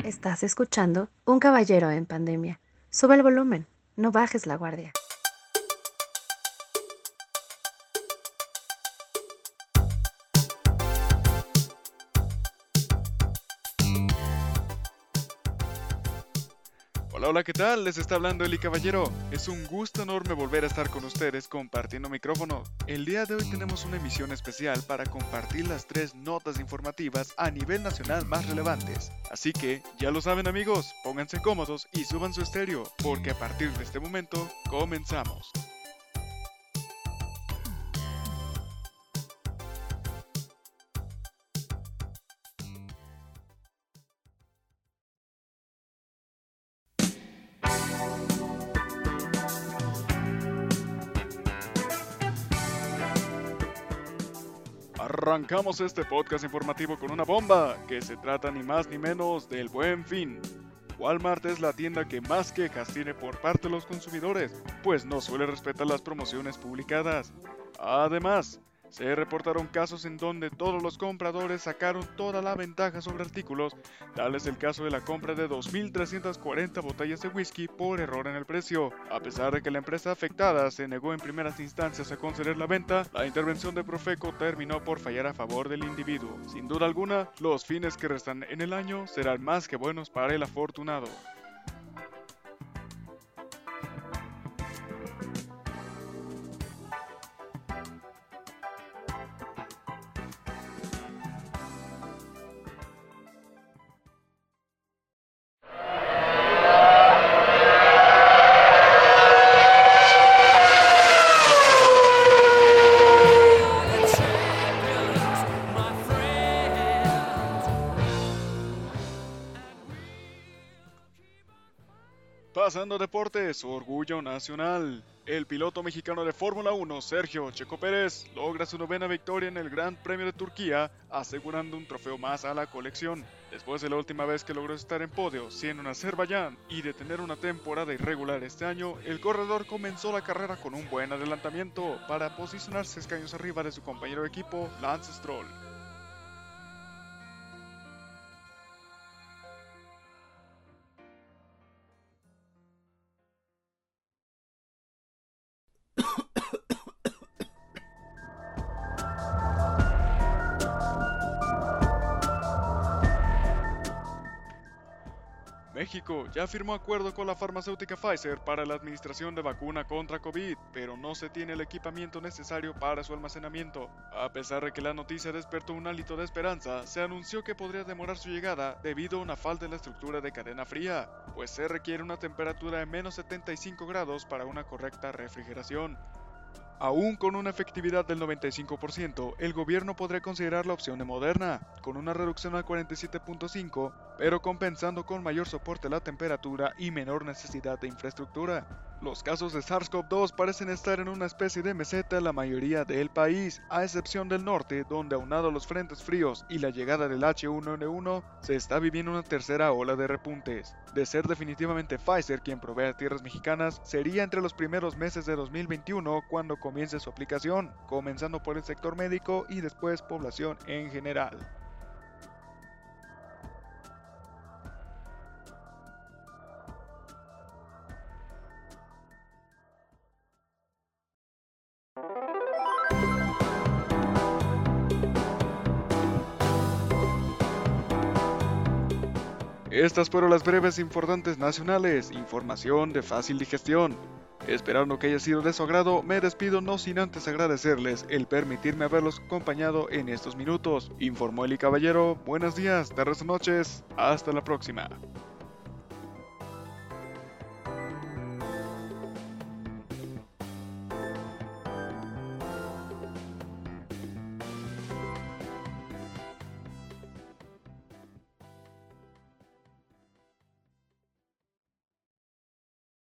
Estás escuchando Un Caballero en Pandemia. Sube el volumen, no bajes la guardia. Hola, hola, ¿qué tal? Les está hablando Eli Caballero. Es un gusto enorme volver a estar con ustedes compartiendo micrófono. El día de hoy tenemos una emisión especial para compartir las 3 notas informativas a nivel nacional más relevantes. Así que, ya lo saben amigos, pónganse cómodos y suban su estéreo, porque a partir de este momento, comenzamos. Arrancamos este podcast informativo con una bomba, que se trata ni más ni menos del Buen Fin. Walmart es la tienda que más quejas tiene por parte de los consumidores, pues no suele respetar las promociones publicadas. Además, se reportaron casos en donde todos los compradores sacaron toda la ventaja sobre artículos, tal es el caso de la compra de 2.340 botellas de whisky por error en el precio. A pesar de que la empresa afectada se negó en primeras instancias a conceder la venta, la intervención de Profeco terminó por fallar a favor del individuo. Sin duda alguna, los fines que restan en el año serán más que buenos para el afortunado. Pasando a deportes, orgullo nacional. El piloto mexicano de Fórmula 1, Sergio Checo Pérez, logra su 9ª victoria en el Gran Premio de Turquía, asegurando un trofeo más a la colección. Después de la última vez que logró estar en podio, siendo en Azerbaiyán, y de tener una temporada irregular este año, el corredor comenzó la carrera con un buen adelantamiento para posicionarse escaños arriba de su compañero de equipo, Lance Stroll. México ya firmó acuerdo con la farmacéutica Pfizer para la administración de vacuna contra COVID, pero no se tiene el equipamiento necesario para su almacenamiento. A pesar de que la noticia despertó un hálito de esperanza, se anunció que podría demorar su llegada debido a una falta en la estructura de cadena fría, pues se requiere una temperatura de menos 75 grados para una correcta refrigeración. Aún con una efectividad del 95%, el gobierno podría considerar la opción de Moderna, con una reducción al 47.5%, pero compensando con mayor soporte a la temperatura y menor necesidad de infraestructura. Los casos de SARS-CoV-2 parecen estar en una especie de meseta en la mayoría del país, a excepción del norte, donde aunado a los frentes fríos y la llegada del H1N1, se está viviendo una tercera ola de repuntes. De ser definitivamente Pfizer quien provee a tierras mexicanas, sería entre los primeros meses de 2021 cuando comience su aplicación, comenzando por el sector médico y después población en general. Estas fueron las breves importantes nacionales, información de fácil digestión. Esperando que haya sido de su agrado, me despido no sin antes agradecerles el permitirme haberlos acompañado en estos minutos. Informó Eli Caballero, buenos días, tardes o noches, hasta la próxima.